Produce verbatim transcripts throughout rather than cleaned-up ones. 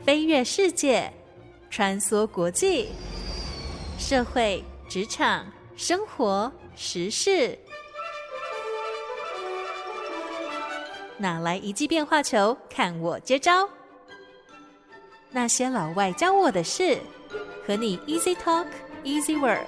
飞跃世界，穿梭国际，社会、职场、生活、时事，哪来一记变化球，看我接招！那些老外教我的事，和你 Easy Talk Easy Work。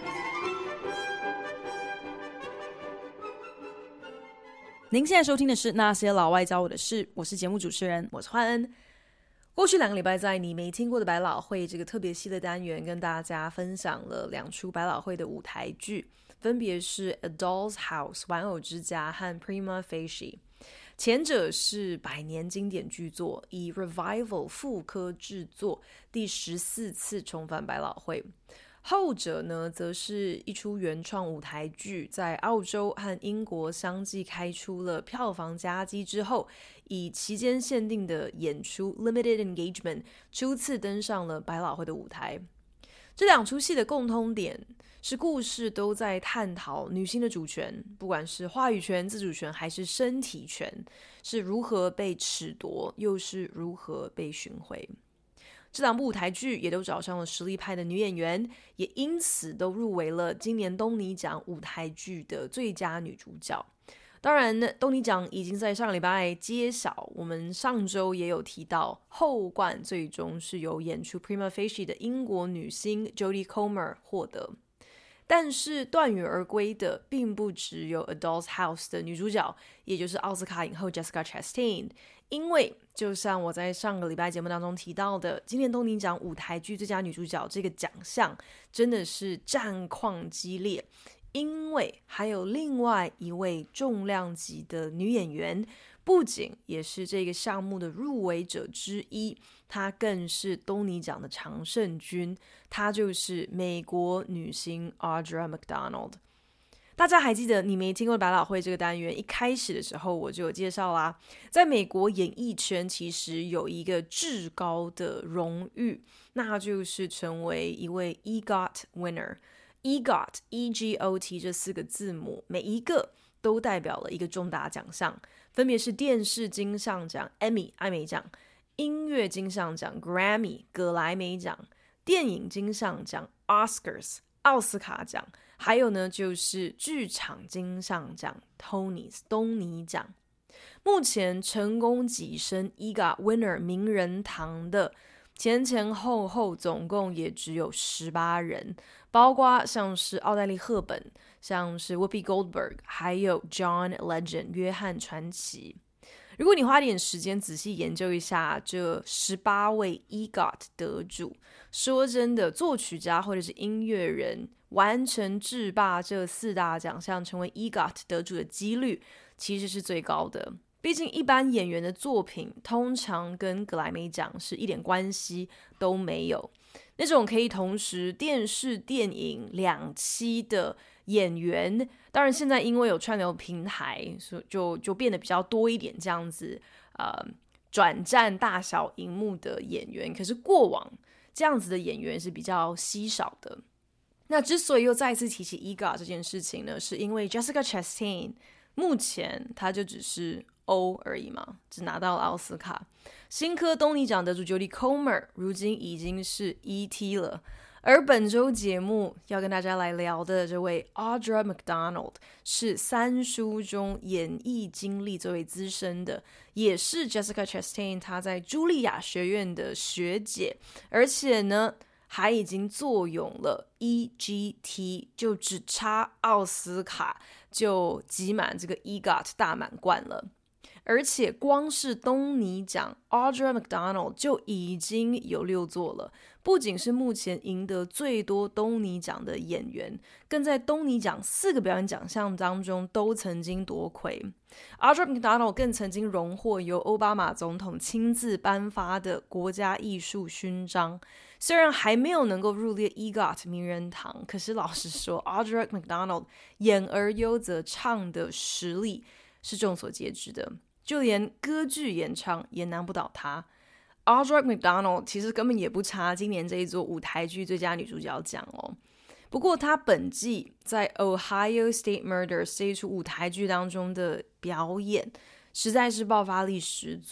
您现在收听的是那些老外教我的事，我是节目主持人，我是焕恩。过去两个礼拜，在你没听过的百老汇这个特别系列单元，跟大家分享了两出百老汇的舞台剧，分别是 A Doll's House 玩偶之家和 Prima Facie。前者是百年经典剧作，以 Revival 复刻制作，第十四次重返百老汇。后者呢，则是一出原创舞台剧，在澳洲和英国相继开出了票房佳绩之后，以期间限定的演出 Limited Engagement 初次登上了百老汇的舞台。这两出戏的共通点是故事都在探讨女性的主权，不管是话语权、自主权还是身体权，是如何被褫夺，又是如何被寻回。这两部舞台剧也都找上了实力派的女演员，也因此都入围了今年东尼奖舞台剧的最佳女主角。当然，东尼奖已经在上个礼拜揭晓，我们上周也有提到，后冠最终是由演出 Prima Facie 的英国女星 Jodie Comer 获得。但是断羽而归的并不只有 A Doll's House 的女主角，也就是奥斯卡影后 Jessica Chastain， 因为就像我在上个礼拜节目当中提到的，今年东尼奖舞台剧最佳女主角这个奖项真的是战况激烈，因为还有另外一位重量级的女演员，不仅也是这个项目的入围者之一，她更是东尼奖的常胜军，她就是美国女星 Audra McDonald。 大家还记得你没听过百老汇这个单元一开始的时候我就有介绍啦，在美国演艺圈其实有一个至高的荣誉，那就是成为一位 EGOT winner。EGOT E G O T 这四个字母每一个都代表了一个重大奖项，分别是电视金像奖 Emmy 艾美奖，音乐金像奖 Grammy 葛莱美奖，电影金像奖 Oscars 奥斯卡奖，还有呢就是剧场金像奖 Tonys 东尼奖。目前成功跻身 EGOT winner 名人堂的前前后后总共也只有十八人，包括像是奥黛丽·赫本，像是 Whoopi Goldberg， 还有 John Legend 约翰传奇。如果你花点时间仔细研究一下这十八位 EGOT 得主，说真的，作曲家或者是音乐人完成制霸这四大奖项成为 EGOT 得主的几率其实是最高的。毕竟一般演员的作品通常跟格莱美奖是一点关系都没有，那种可以同时电视电影两栖的演员，当然现在因为有串流平台，就就变得比较多一点这样子呃转战大小荧幕的演员，可是过往这样子的演员是比较稀少的。那之所以又再次提起 EGOT 这件事情呢，是因为 Jessica Chastain 目前她就只是O 而已嘛，只拿到了奥斯卡。新科东尼奖得主 Jodie Comer 如今已经是 E T 了。而本周节目要跟大家来聊的这位 Audra McDonald 是三书中演艺经历最为资深的，也是 Jessica Chastain 她在茱莉亚学院的学姐，而且呢还已经坐拥了 E G T， 就只差奥斯卡就集满这个 EGOT 大满贯了。而且光是东尼奖 Audra McDonald 就已经有六座了，不仅是目前赢得最多东尼奖的演员，更在东尼奖四个表演奖项当中都曾经夺魁。 Audra McDonald 更曾经荣获由奥巴马总统亲自颁发的国家艺术勋章。虽然还没有能够入列 EGOT 名人堂，可是老实说 Audra McDonald 演而优则唱的实力是众所皆知的，就连歌剧演唱也难不倒她。 Audra McDonald 其实根本也不差今年这一座舞台剧最佳女主角奖哦。不过她本季在 Ohio State Murders 这一出舞台剧当中的表演实在是爆发力十足，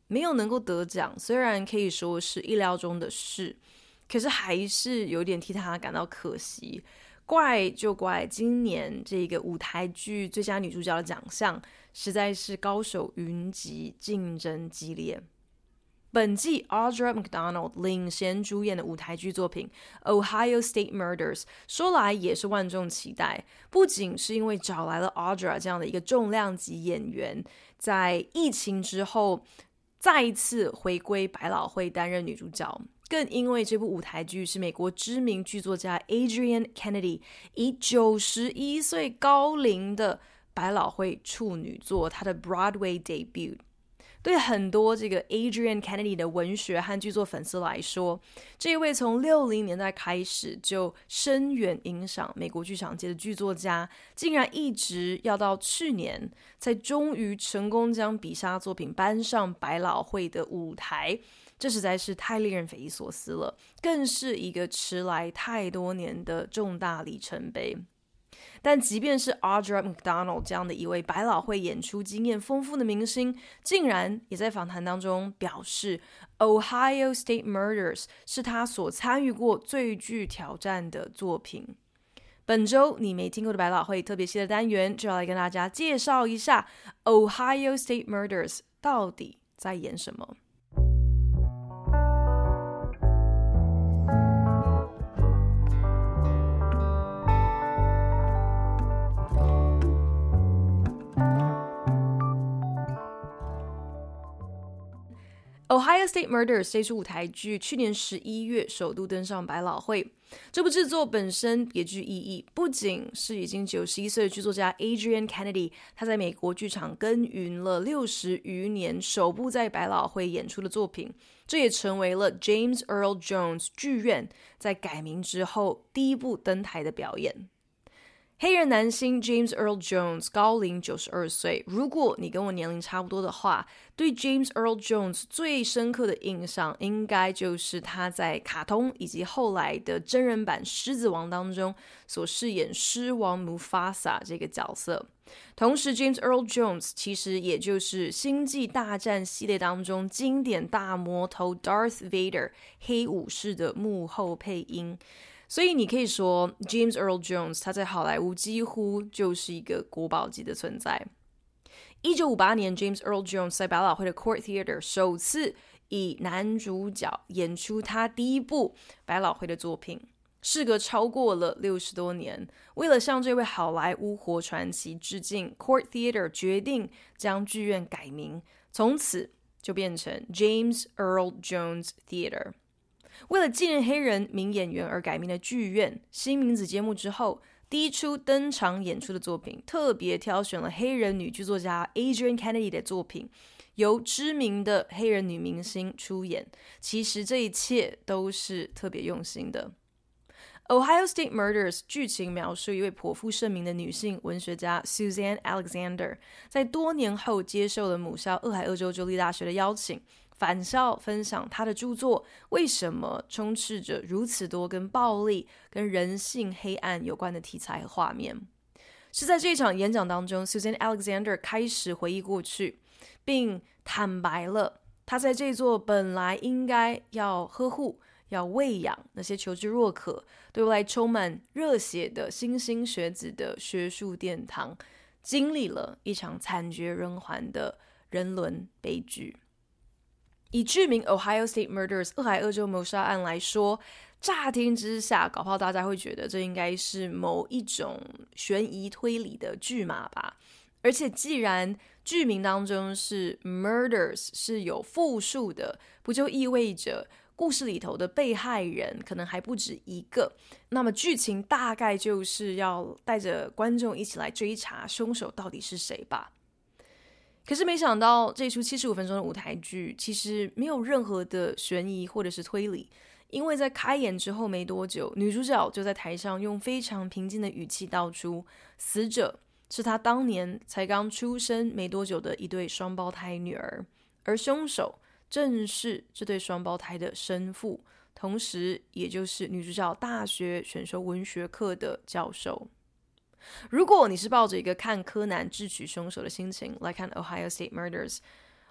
没有能够得奖，虽然可以说是意料中的事，可是还是有点替他感到可惜。怪就怪今年这个舞台剧最佳女主角的奖项实在是高手云集，竞争激烈。本季 Audra McDonald 领衔主演的舞台剧作品 Ohio State Murders 说来也是万众期待，不仅是因为找来了 Audra 这样的一个重量级演员，在疫情之后再一次回归百老汇担任女主角，更因为这部舞台剧是美国知名剧作家 Adrienne Kennedy 以九十一岁高龄的百老汇处女作，她的 Broadway debut。对很多这个 Adrienne Kennedy 的文学和剧作粉丝来说，这一位从六零年代开始就深远影响美国剧场界的剧作家，竟然一直要到去年才终于成功将笔下作品搬上百老汇的舞台，这实在是太令人匪夷所思了，更是一个迟来太多年的重大里程碑。但即便是 Audra McDonald 这样的一位百老汇演出经验丰富的明星，竟然也在访谈当中表示 Ohio State Murders 是他所参与过最具挑战的作品。本周你没听过的百老汇特别系列单元就要来跟大家介绍一下 Ohio State Murders 到底在演什么。Ohio State Murders 这出舞台剧去年十一月首度登上百老汇。这部制作本身别具意义，不仅是已经九十一岁的剧作家 Adrienne Kennedy 他在美国剧场耕耘了六十余年，首部在百老汇演出的作品，这也成为了 James Earl Jones 剧院在改名之后第一部登台的表演。黑人男星 James Earl Jones 高龄九十二岁，如果你跟我年龄差不多的话，对 James Earl Jones 最深刻的印象应该就是他在卡通以及后来的真人版狮子王当中所饰演狮王 Mufasa 这个角色。同时 James Earl Jones 其实也就是星际大战系列当中经典大魔头 Darth Vader 黑武士的幕后配音，所以你可以说 James Earl Jones 他在好莱坞几乎就是一个国宝级的存在。一九五八年 James Earl Jones 在百老汇的 Court Theater 首次以男主角演出他第一部百老汇的作品，事隔超过了六十多年，为了向这位好莱坞活传奇致敬， Court Theater 决定将剧院改名，从此就变成 James Earl Jones Theater。为了纪念黑人名演员而改名的剧院，新名字揭幕之后，第一出登场演出的作品特别挑选了黑人女剧作家 Adrienne Kennedy 的作品，由知名的黑人女明星出演。其实这一切都是特别用心的。Ohio State Murders 剧情描述一位颇负盛名的女性文学家 Suzanne Alexander 在多年后接受了母校俄亥俄州州立大学的邀请，返校分享她的著作为什么充斥着如此多跟暴力跟人性黑暗有关的题材和画面。是在这场演讲当中， Suzanne Alexander 开始回忆过去，并坦白了她在这座本来应该要呵护要喂养那些求知若渴对未来充满热血的莘莘学子的学术殿堂，经历了一场惨绝人寰的人伦悲剧。以剧名 Ohio State Murders 俄亥俄州谋杀案来说，乍听之下搞不好大家会觉得这应该是某一种悬疑推理的剧码吧。而且既然剧名当中是 Murders 是有复数的，不就意味着故事里头的被害人可能还不止一个，那么剧情大概就是要带着观众一起来追查凶手到底是谁吧。可是没想到这出七十五分钟的舞台剧其实没有任何的悬疑或者是推理，因为在开演之后没多久，女主角就在台上用非常平静的语气道出，死者是她当年才刚出生没多久的一对双胞胎女儿，而凶手正是这对双胞胎的生父，同时也就是女主角大学选修文学课的教授。如果你是抱着一个看柯南智取凶手的心情来看 Ohio State Murders，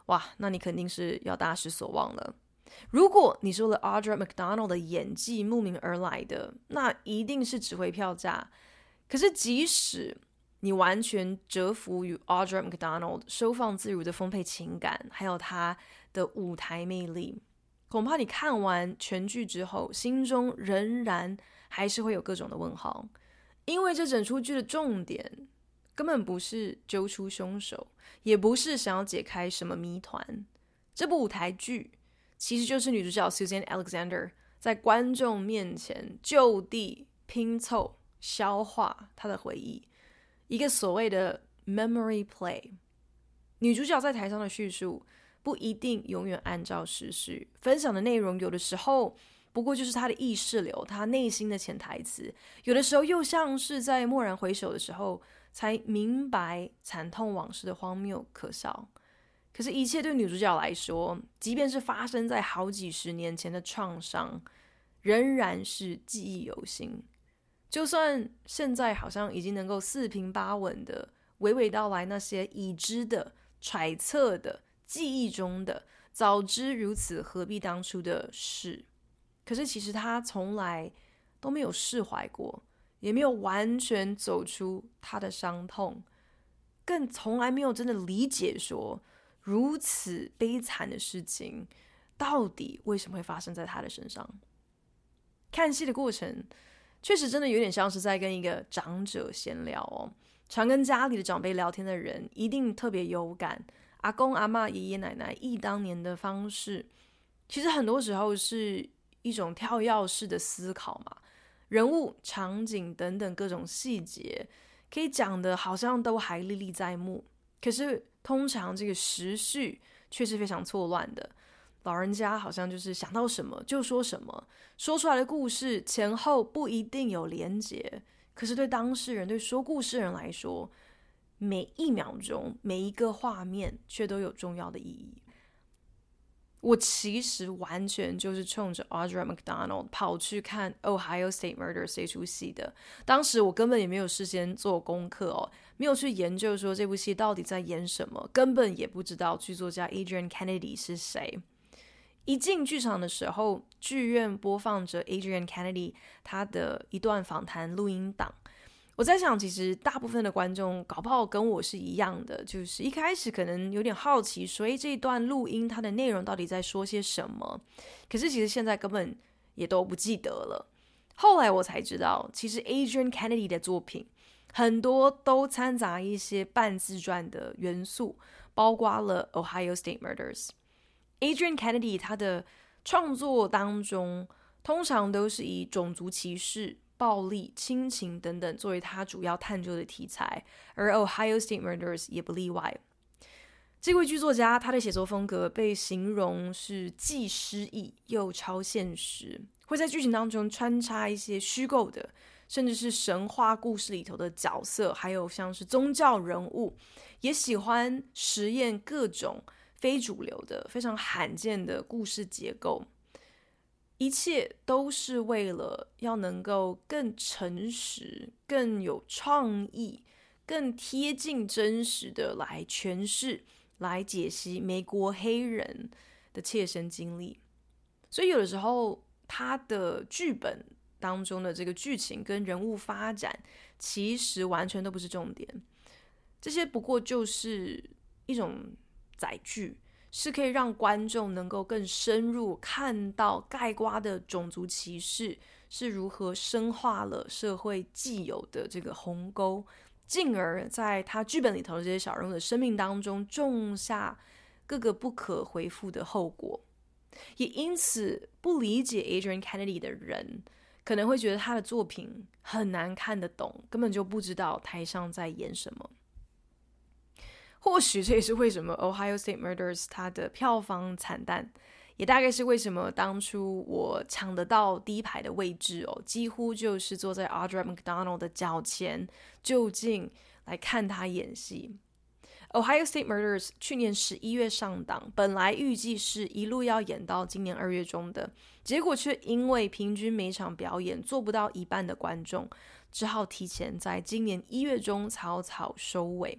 哇，那你肯定是要大失所望了。如果你是为了 Audra McDonald 的演技慕名而来的，那一定是值回票价。可是即使你完全折服于 Audra McDonald 收放自如的丰沛情感，还有她的舞台魅力，恐怕你看完全剧之后，心中仍然还是会有各种的问号。因为这整出剧的重点根本不是揪出凶手，也不是想要解开什么谜团。这部舞台剧其实就是女主角 Susan Alexander 在观众面前就地拼凑消化她的回忆，一个所谓的 memory play。 女主角在台上的叙述不一定永远按照时序，分享的内容有的时候不过就是她的意识流，她内心的潜台词，有的时候又像是在蓦然回首的时候才明白惨痛往事的荒谬可笑。可是，一切对女主角来说，即便是发生在好几十年前的创伤，仍然是记忆犹新。就算现在好像已经能够四平八稳的娓娓道来那些已知的、揣测的、记忆中的、早知如此何必当初的事，可是其实她从来都没有释怀过，也没有完全走出她的伤痛，更从来没有真的理解说如此悲惨的事情到底为什么会发生在他的身上。看戏的过程确实真的有点像是在跟一个长者闲聊哦，常跟家里的长辈聊天的人一定特别有感，阿公阿嬷爷爷奶奶忆当年的方式，其实很多时候是一种跳跃式的思考嘛，人物场景等等各种细节可以讲的好像都还历历在目，可是通常这个时序却是非常错乱的，老人家好像就是想到什么就说什么，说出来的故事前后不一定有连结，可是对当事人、对说故事人来说，每一秒钟、每一个画面却都有重要的意义。我其实完全就是冲着 Audra McDonald 跑去看 Ohio State Murders 这出戏的。当时我根本也没有事先做功课哦，没有去研究说这部戏到底在演什么，根本也不知道剧作家 Adrian Kennedy 是谁。一进剧场的时候，剧院播放着 Adrian Kennedy 他的一段访谈录音档。我在想，其实大部分的观众搞不好跟我是一样的，就是一开始可能有点好奇说，诶，这一段录音它的内容到底在说些什么，可是其实现在根本也都不记得了。后来我才知道，其实 Adrian Kennedy 的作品很多都掺杂一些半自传的元素，包括了 Ohio State Murders。 Adrian Kennedy 他的创作当中通常都是以种族歧视、暴力、亲情等等作为他主要探究的题材，而 Ohio State Murders 也不例外。这位剧作家他的写作风格被形容是既诗意又超现实，会在剧情当中穿插一些虚构的甚至是神话故事里头的角色，还有像是宗教人物，也喜欢实验各种非主流的非常罕见的故事结构，一切都是为了要能够更诚实、更有创意、更贴近真实的来诠释、来解析美国黑人的切身经历。所以有的时候他的剧本当中的这个剧情跟人物发展其实完全都不是重点，这些不过就是一种载具，是可以让观众能够更深入看到概括的种族歧视是如何深化了社会既有的这个鸿沟，进而在他剧本里头的这些小人物的生命当中种下各个不可回复的后果。也因此不理解 Adrian Kennedy 的人可能会觉得他的作品很难看得懂，根本就不知道台上在演什么。或许这也是为什么 Ohio State Murders 它的票房惨淡，也大概是为什么当初我抢得到第一排的位置哦，几乎就是坐在 Audra McDonald 的脚前，就近来看他演戏。Ohio State Murders 去年十一月上档，本来预计是一路要演到今年二月中的，结果却因为平均每场表演做不到一半的观众，只好提前在今年一月中草草收尾。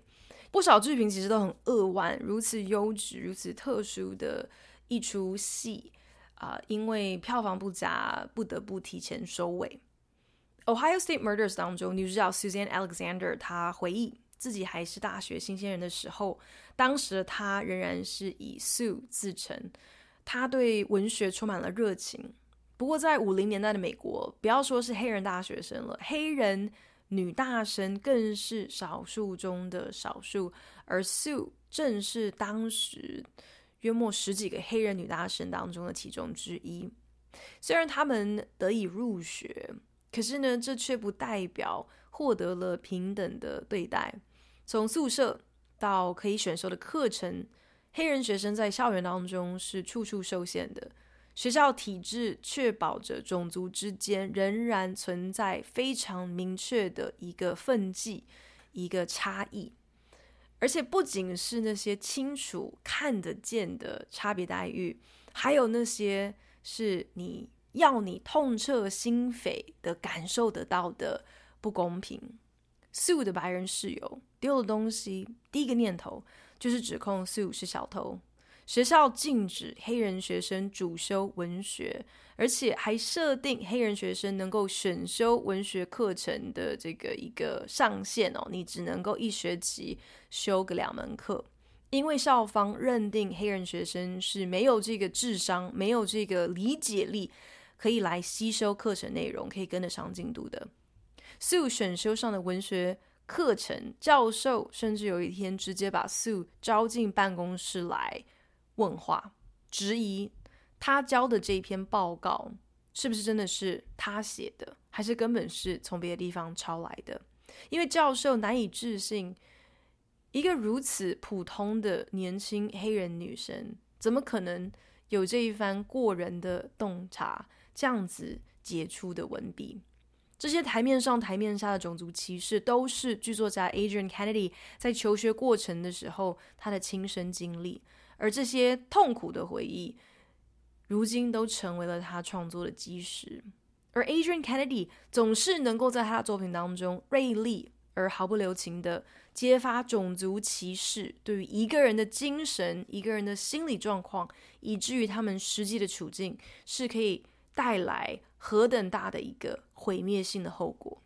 不少剧评其实都很扼腕，如此优质、如此特殊的一出戏，呃，因为票房不佳，不得不提前收尾。Ohio State Murders 当中，女主角 Suzanne Alexander 她回忆自己还是大学新鲜人的时候，当时的她仍然是以 Sue 自称，她对文学充满了热情。不过在五零年代的美国，不要说是黑人大学生了，黑人女大生更是少数中的少数，而 Sue 正是当时约莫十几个黑人女大生当中的其中之一。虽然他们得以入学，可是呢，这却不代表获得了平等的对待。从宿舍到可以选修的课程，黑人学生在校园当中是处处受限的。学校体制确保着种族之间仍然存在非常明确的一个分际，一个差异。而且不仅是那些清楚看得见的差别待遇，还有那些是你要你痛彻心扉的感受得到的不公平。Sue 的白人室友丢了东西，第一个念头就是指控 Sue 是小偷。学校禁止黑人学生主修文学，而且还设定黑人学生能够选修文学课程的这个一个上限哦，你只能够一学期修个两门课，因为校方认定黑人学生是没有这个智商，没有这个理解力，可以来吸收课程内容，可以跟得上进度的。Sue 选修上的文学课程，教授甚至有一天直接把 Sue 招进办公室来问话，质疑他教的这篇报告是不是真的是他写的，还是根本是从别的地方抄来的。因为教授难以置信，一个如此普通的年轻黑人女生，怎么可能有这一番过人的洞察，这样子杰出的文笔。这些台面上台面下的种族歧视，都是剧作家 Adrian Kennedy 在求学过程的时候他的亲身经历，而这些痛苦的回忆如今都成为了他创作的基石。而 Adrian Kennedy 总是能够在他的作品当中锐利而毫不留情的揭发种族歧视对于一个人的精神，一个人的心理状况，以至于他们实际的处境是可以带来何等大的一个毁灭性的后果。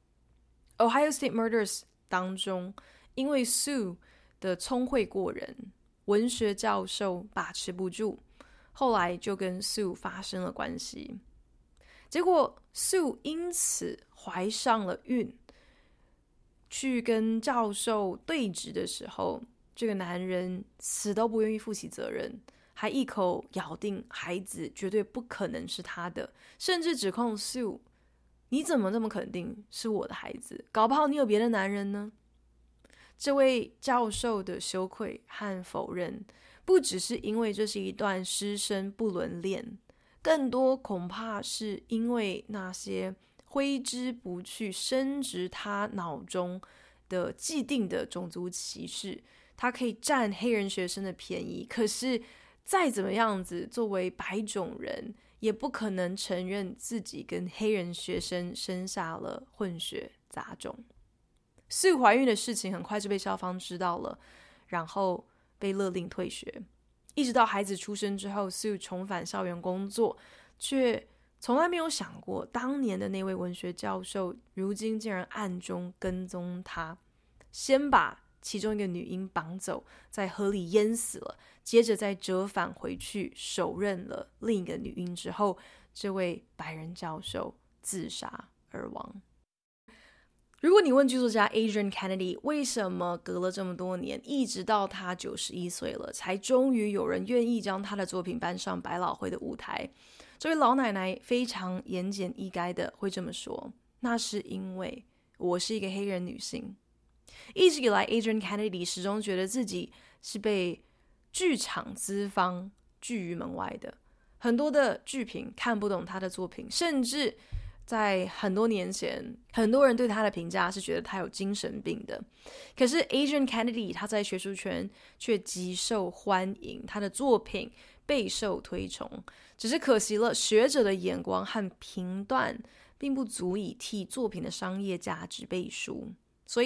Ohio State Murders 当中，因为 Sue 的聪慧过人，文学教授把持不住，后来就跟 Sue 发生了关系。结果 Sue 因此怀上了孕，去跟教授对峙的时候，这个男人死都不愿意负起责任，还一口咬定孩子绝对不可能是他的，甚至指控 Sue， 你怎么这么肯定是我的孩子？搞不好你有别的男人呢？这位教授的羞愧和否认，不只是因为这是一段师生不伦恋，更多恐怕是因为那些挥之不去、深植他脑中的既定的种族歧视。他可以占黑人学生的便宜，可是再怎么样子，作为白种人，也不可能承认自己跟黑人学生生下了混血杂种。Sue 怀孕的事情很快就被校方知道了，然后被勒令退学。一直到孩子出生之后， Sue 重返校园工作，却从来没有想过当年的那位文学教授如今竟然暗中跟踪他，先把其中一个女婴绑走，在河里淹死了，接着再折返回去手刃了另一个女婴之后，这位白人教授自杀而亡。如果你问剧作家 Adrian Kennedy 为什么隔了这么多年，一直到他九十一岁了，才终于有人愿意将他的作品搬上百老汇的舞台，这位老奶奶非常言简意赅的会这么说，那是因为我是一个黑人女性。一直以来 Adrian Kennedy 始终觉得自己是被剧场资方拒于门外的，很多的剧评看不懂他的作品，甚至在很多年前，很多人对他的评价是觉得他有精神病的。可是 Adrian Kennedy 他在学术圈却极受欢迎，他的作品备受推崇，只是可惜了学者的眼光和评断并不足以替作品的商业价值背书。所以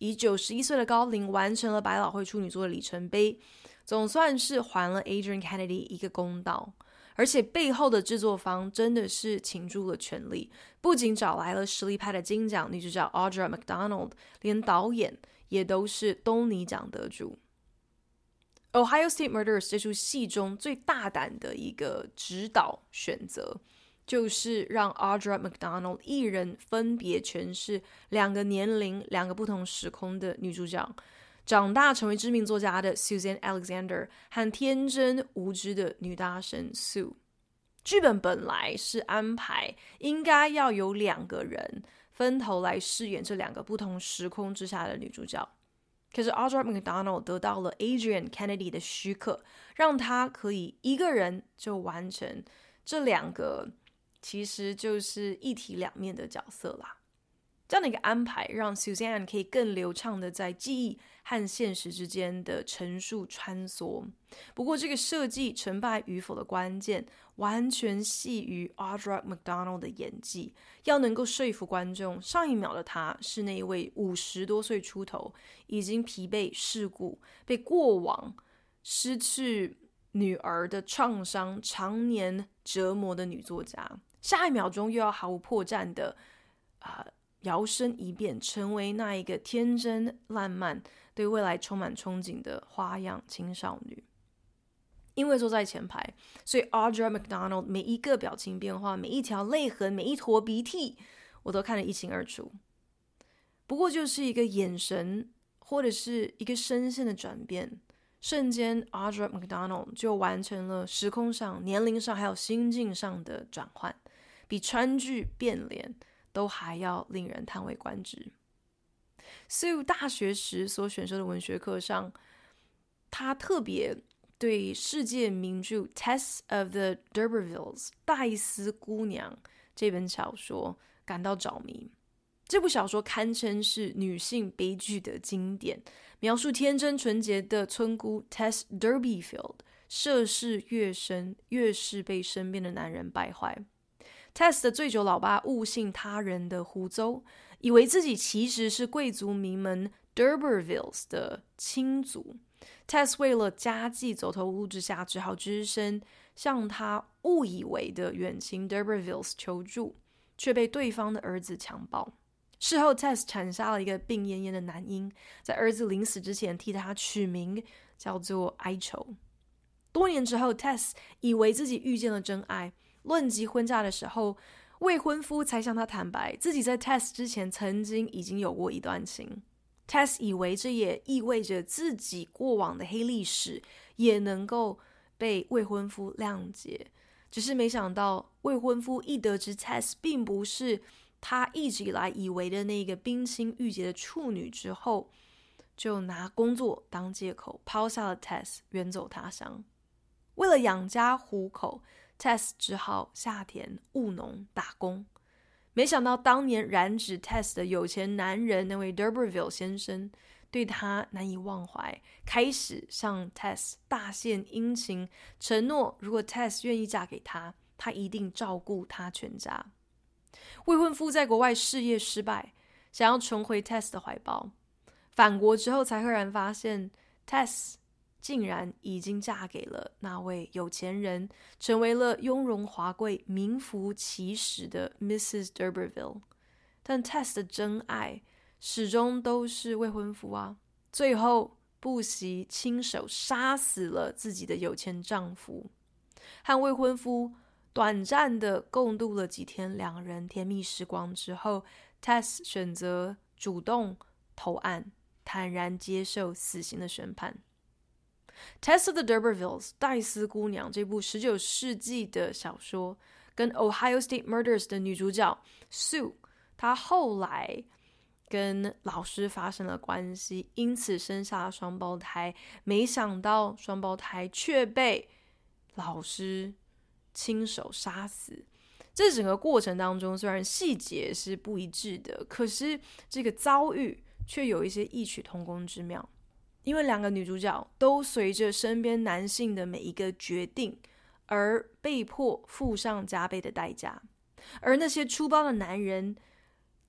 以九十一岁的高龄完成了百老汇处女作的里程碑，总算是还了 Adrienne Kennedy 一个公道。而且背后的制作方真的是倾注了全力，不仅找来了实力派的金奖女主角 Audra McDonald， 连导演也都是东尼奖得主。Ohio State Murders 这出戏中最大胆的一个指导选择，就是让 Audra McDonald 一人分别诠释两个年龄、两个不同时空的女主角，长大成为知名作家的 Susan Alexander 和天真无知的女大神 Sue。 剧本本来是安排应该要有两个人分头来饰演这两个不同时空之下的女主角，可是 Audra McDonald 得到了 Adrienne Kennedy 的许可，让她可以一个人就完成这两个其实就是一体两面的角色啦。这样的一个安排让 Suzanne 可以更流畅的在记忆和现实之间的陈述穿梭。不过这个设计成败与否的关键完全系于 Audra McDonald 的演技，要能够说服观众上一秒的她是那一位五十多岁出头已经疲惫世故被过往失去女儿的创伤常年折磨的女作家，下一秒钟又要毫无破绽的、呃摇身一变成为那一个天真烂漫对未来充满憧憬的花样青少女。因为坐在前排，所以 Audra McDonald 每一个表情变化，每一条泪痕，每一坨鼻涕我都看得一清二楚。不过就是一个眼神或者是一个声线的转变，瞬间 Audra McDonald 就完成了时空上、年龄上还有心境上的转换，比川剧变脸都还要令人叹为观止。Sue 大学时所选修的文学课上，他特别对世界名著 Tess of the D'Urbervilles 戴斯姑娘这本小说感到着迷。这部小说堪称是女性悲剧的经典，描述天真纯洁的村姑 Tess Durbeyfield 涉世越深，越是被身边的男人败坏。Tess 的醉酒老爸误信他人的胡诌，以为自己其实是贵族名门 D'Urbervilles 的亲族。Tess 为了家计走投无路之下，只好只身向他误以为的远亲 D'Urbervilles 求助，却被对方的儿子强暴。事后 Tess 产下了一个病恹恹的男婴，在儿子临死之前替他取名叫做哀愁。多年之后 Tess 以为自己遇见了真爱，论及婚嫁的时候，未婚夫才向她坦白自己在 Tess 之前曾经已经有过一段情。 Tess 以为这也意味着自己过往的黑历史也能够被未婚夫谅解，只是没想到未婚夫一得知 Tess 并不是他一直以来以为的那个冰清玉洁的处女之后，就拿工作当借口抛下了 Tess 远走他乡。为了养家糊口， Tess 只好下田务农打工。没想到当年染指 Tess 的有钱男人那位 D'Urberville 先生对他难以忘怀，开始向 Tess 大献殷勤，承诺如果 Tess 愿意嫁给他，他一定照顾他全家。未婚夫在国外事业失败，想要重回 Tess 的怀抱，返国之后才赫然发现 Tess 竟然已经嫁给了那位有钱人，成为了雍容华贵、名副其实的 Missus D'Urberville。 但 Tess 的真爱始终都是未婚夫啊，最后不惜亲手杀死了自己的有钱丈夫。和未婚夫短暂的共度了几天两人甜蜜时光之后， Tess 选择主动投案，坦然接受死刑的宣判。Tess of the D'Urbervilles 戴斯姑娘这部十九世纪的小说跟 Ohio State Murders 的女主角 Sue， 她后来跟老师发生了关系，因此生下了双胞胎，没想到双胞胎却被老师亲手杀死。这整个过程当中虽然细节是不一致的，可是这个遭遇却有一些异曲同工之妙。因为两个女主角都随着身边男性的每一个决定而被迫付上加倍的代价，而那些出包的男人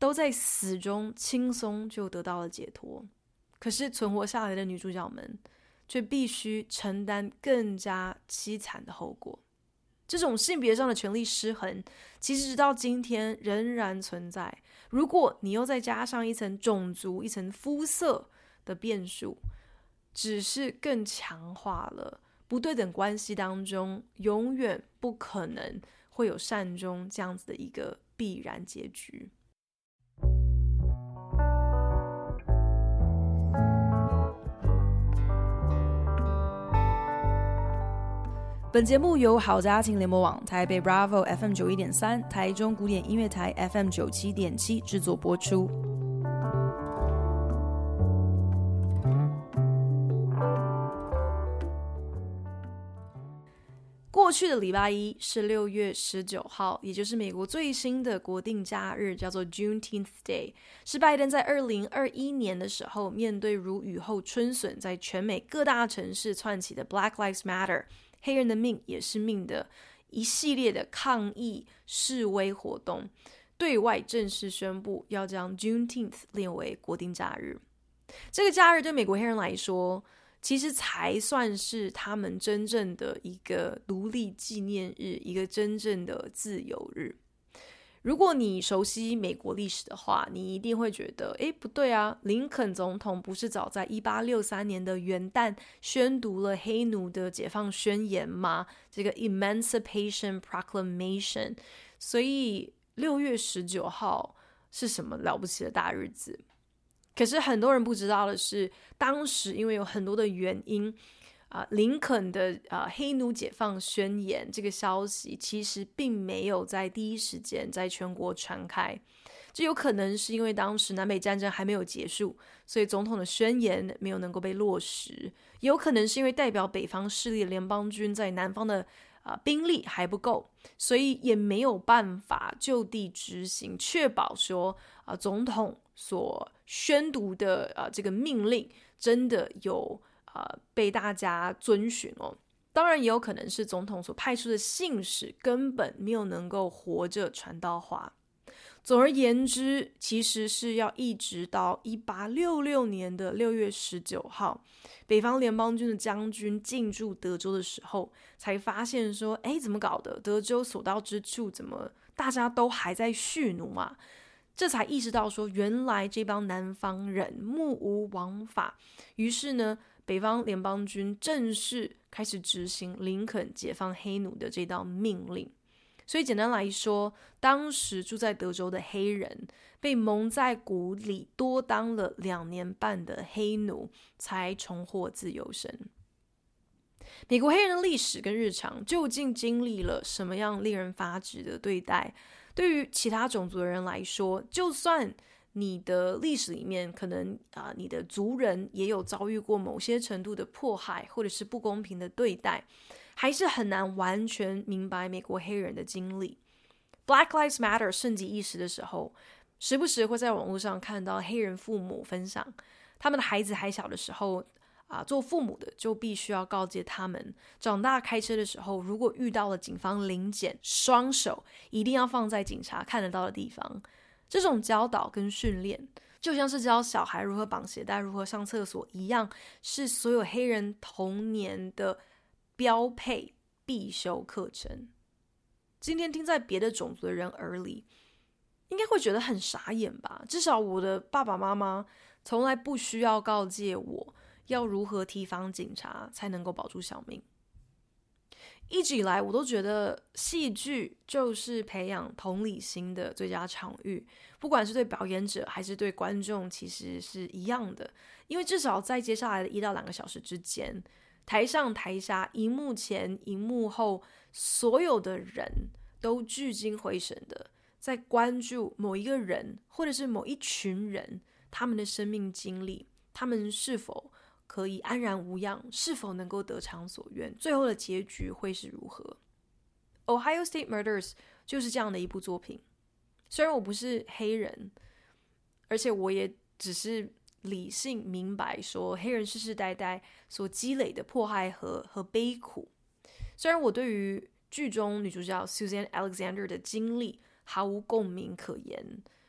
都在死中轻松就得到了解脱，可是存活下来的女主角们却必须承担更加凄惨的后果。这种性别上的权力失衡其实直到今天仍然存在，如果你又再加上一层种族、一层肤色的变数，只是更强化了不对等关系当中永远不可能会有善终这样子的一个必然结局。本节目由好家庭联播网、台北 Bravo F M 九一点三、台中古典音乐台 F M 九七点七制作播出。过去的礼拜一是六月十九号，也就是美国最新的国定假日，叫做 Juneteenth Day， 是拜登在二零二一年的时候，面对如雨后春笋在全美各大城市窜起的 Black Lives Matter， 黑人的命也是命的一系列的抗议示威活动，对外正式宣布要将 Juneteenth 列为国定假日。这个假日对美国黑人来说，其实才算是他们真正的一个独立纪念日，一个真正的自由日。如果你熟悉美国历史的话，你一定会觉得，诶，不对啊，林肯总统不是早在一八六三年的元旦宣读了黑奴的解放宣言吗？这个 Emancipation Proclamation。所以六月十九号是什么了不起的大日子？可是很多人不知道的是，当时因为有很多的原因，呃、林肯的、呃、黑奴解放宣言这个消息其实并没有在第一时间在全国传开。这有可能是因为当时南北战争还没有结束，所以总统的宣言没有能够被落实，也有可能是因为代表北方势力的联邦军在南方的呃、兵力还不够，所以也没有办法就地执行，确保说、呃、总统所宣读的、呃、这个命令真的有、呃、被大家遵循哦。当然也有可能是总统所派出的信使根本没有能够活着传到话。总而言之，其实是要一直到一八六六年的六月十九号，北方联邦军的将军进驻德州的时候，才发现说，哎，怎么搞的？德州所到之处，怎么大家都还在蓄奴啊？这才意识到说，原来这帮南方人目无王法。于是呢，北方联邦军正式开始执行林肯解放黑奴的这道命令。所以简单来说，当时住在德州的黑人被蒙在鼓里多当了两年半的黑奴，才重获自由身。美国黑人的历史跟日常究竟经历了什么样令人发指的对待？对于其他种族的人来说，就算你的历史里面可能、呃、你的族人也有遭遇过某些程度的迫害或者是不公平的对待，还是很难完全明白美国黑人的经历。 Black Lives Matter 盛极一时的时候，时不时会在网络上看到黑人父母分享他们的孩子还小的时候、啊、做父母的就必须要告诫他们，长大开车的时候如果遇到了警方临检，双手一定要放在警察看得到的地方。这种教导跟训练就像是教小孩如何绑鞋带、如何上厕所一样，是所有黑人童年的标配必修课程。今天听在别的种族的人耳里，应该会觉得很傻眼吧？至少我的爸爸妈妈从来不需要告诫我要如何提防警察才能够保住小命。一直以来我都觉得戏剧就是培养同理心的最佳场域，不管是对表演者还是对观众其实是一样的。因为至少在接下来的一到两个小时之间，台上台下、荧幕前荧幕后，所有的人都聚精会神的在关注某一个人或者是某一群人，他们的生命经历，他们是否可以安然无恙，是否能够得偿所愿，最后的结局会是如何。 Ohio State Murders 就是这样的一部作品。虽然我不是黑人，而且我也只是理性明白说黑人世世代代所积累的迫害和和悲苦，虽然我对于剧中女主角 Susan Alexander 的经历毫无共鸣可言，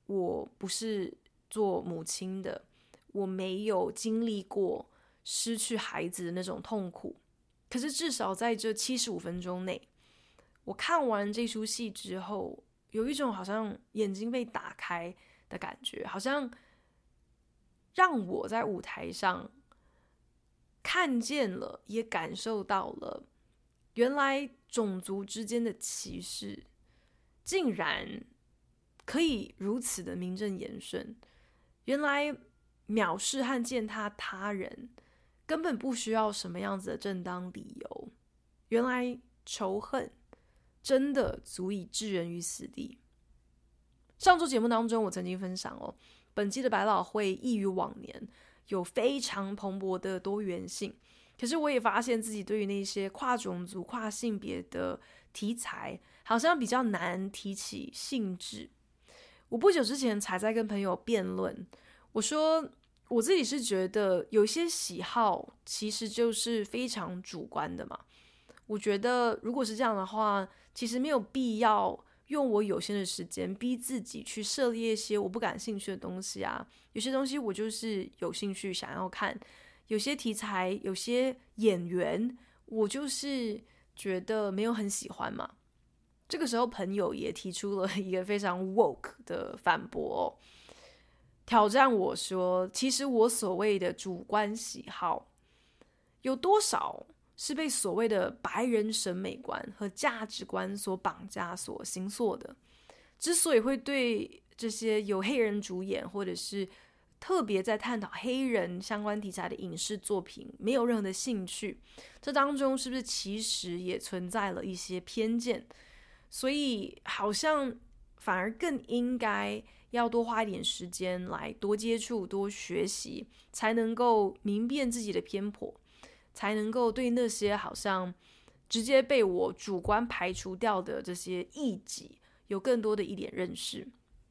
我不是做母亲的，我没有经历过失去孩子的那种痛苦，可是至少在这七十五分钟内，我看完这出戏之后，有一种好像眼睛被打开的感觉，好像让我在舞台上看见了，也感受到了，原来种族之间的歧视竟然可以如此的名正言顺，原来藐视和践踏他人根本不需要什么样子的正当理由，原来仇恨真的足以置人于死地。上周节目当中我曾经分享哦，本季的百老汇异于往年有非常蓬勃的多元性，可是我也发现自己对于那些跨种族跨性别的题材好像比较难提起兴致。我不久之前才在跟朋友辩论，我说我自己是觉得有些喜好其实就是非常主观的嘛，我觉得如果是这样的话，其实没有必要用我有限的时间逼自己去涉猎一些我不感兴趣的东西啊。有些东西我就是有兴趣想要看，有些题材有些演员我就是觉得没有很喜欢嘛。这个时候朋友也提出了一个非常 woke 的反驳、哦、挑战我说，其实我所谓的主观喜好有多少是被所谓的白人审美观和价值观所绑架所形塑的。之所以会对这些有黑人主演或者是特别在探讨黑人相关题材的影视作品没有任何的兴趣，这当中是不是其实也存在了一些偏见，所以好像反而更应该要多花一点时间来多接触多学习，才能够明辨自己的偏颇，才能够对那些好像直接被我主观排除掉的这些异己有更多的一点认识。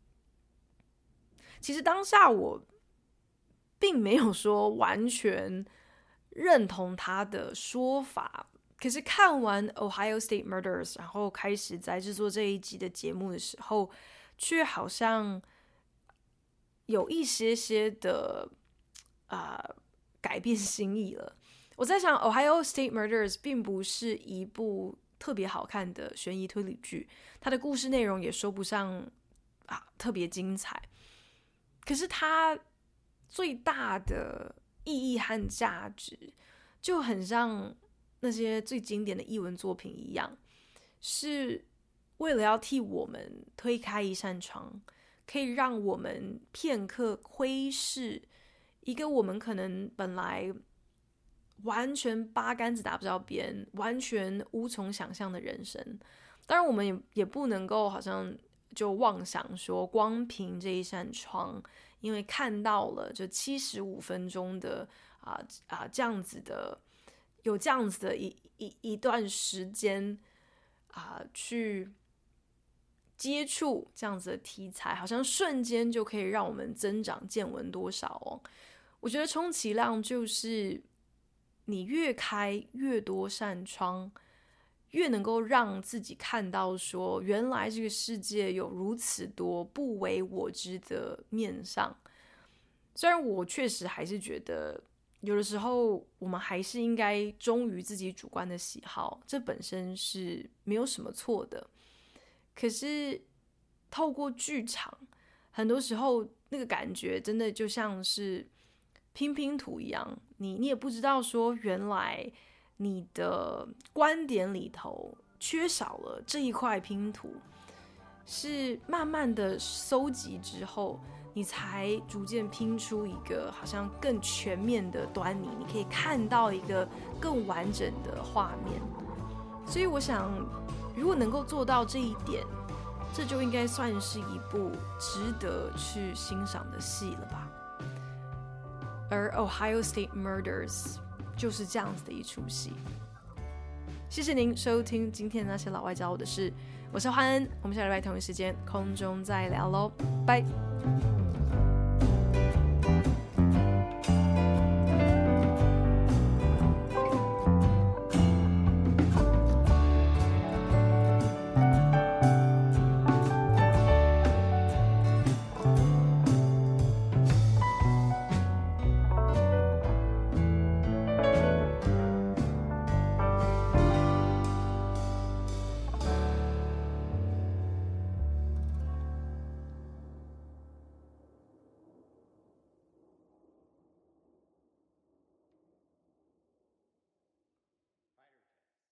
其实当下我并没有说完全认同他的说法，可是看完 Ohio State Murders 然后开始在制作这一集的节目的时候，却好像有一些些的、呃、改变心意了。我在想 Ohio State Murders 并不是一部特别好看的悬疑推理剧，它的故事内容也说不上、啊、特别精彩，可是它最大的意义和价值就很像那些最经典的艺文作品一样，是为了要替我们推开一扇窗，可以让我们片刻窥视一个我们可能本来完全八竿子打不着边，完全无从想象的人生。当然我们 也, 也不能够好像就妄想说光凭这一扇窗，因为看到了这七十五分钟的啊啊这样子的有这样子的一一一段时间啊，去接触这样子的题材，好像瞬间就可以让我们增长见闻多少哦。我觉得充其量就是你越开越多扇窗，越能够让自己看到说，原来这个世界有如此多不为我知的面向。虽然我确实还是觉得有的时候我们还是应该忠于自己主观的喜好，这本身是没有什么错的。可是透过剧场，很多时候那个感觉真的就像是拼拼图一样，你你也不知道说原来你的观点里头缺少了这一块拼图，是慢慢的搜集之后，你才逐渐拼出一个好像更全面的端倪，你可以看到一个更完整的画面。所以我想，如果能够做到这一点，这就应该算是一部值得去欣赏的戏了吧。而 Ohio State Murders 就是这样子的一出戏。谢谢您收听今天的那些老外教我的事，我是欢恩，我们下礼拜同一时间空中再聊咯，拜。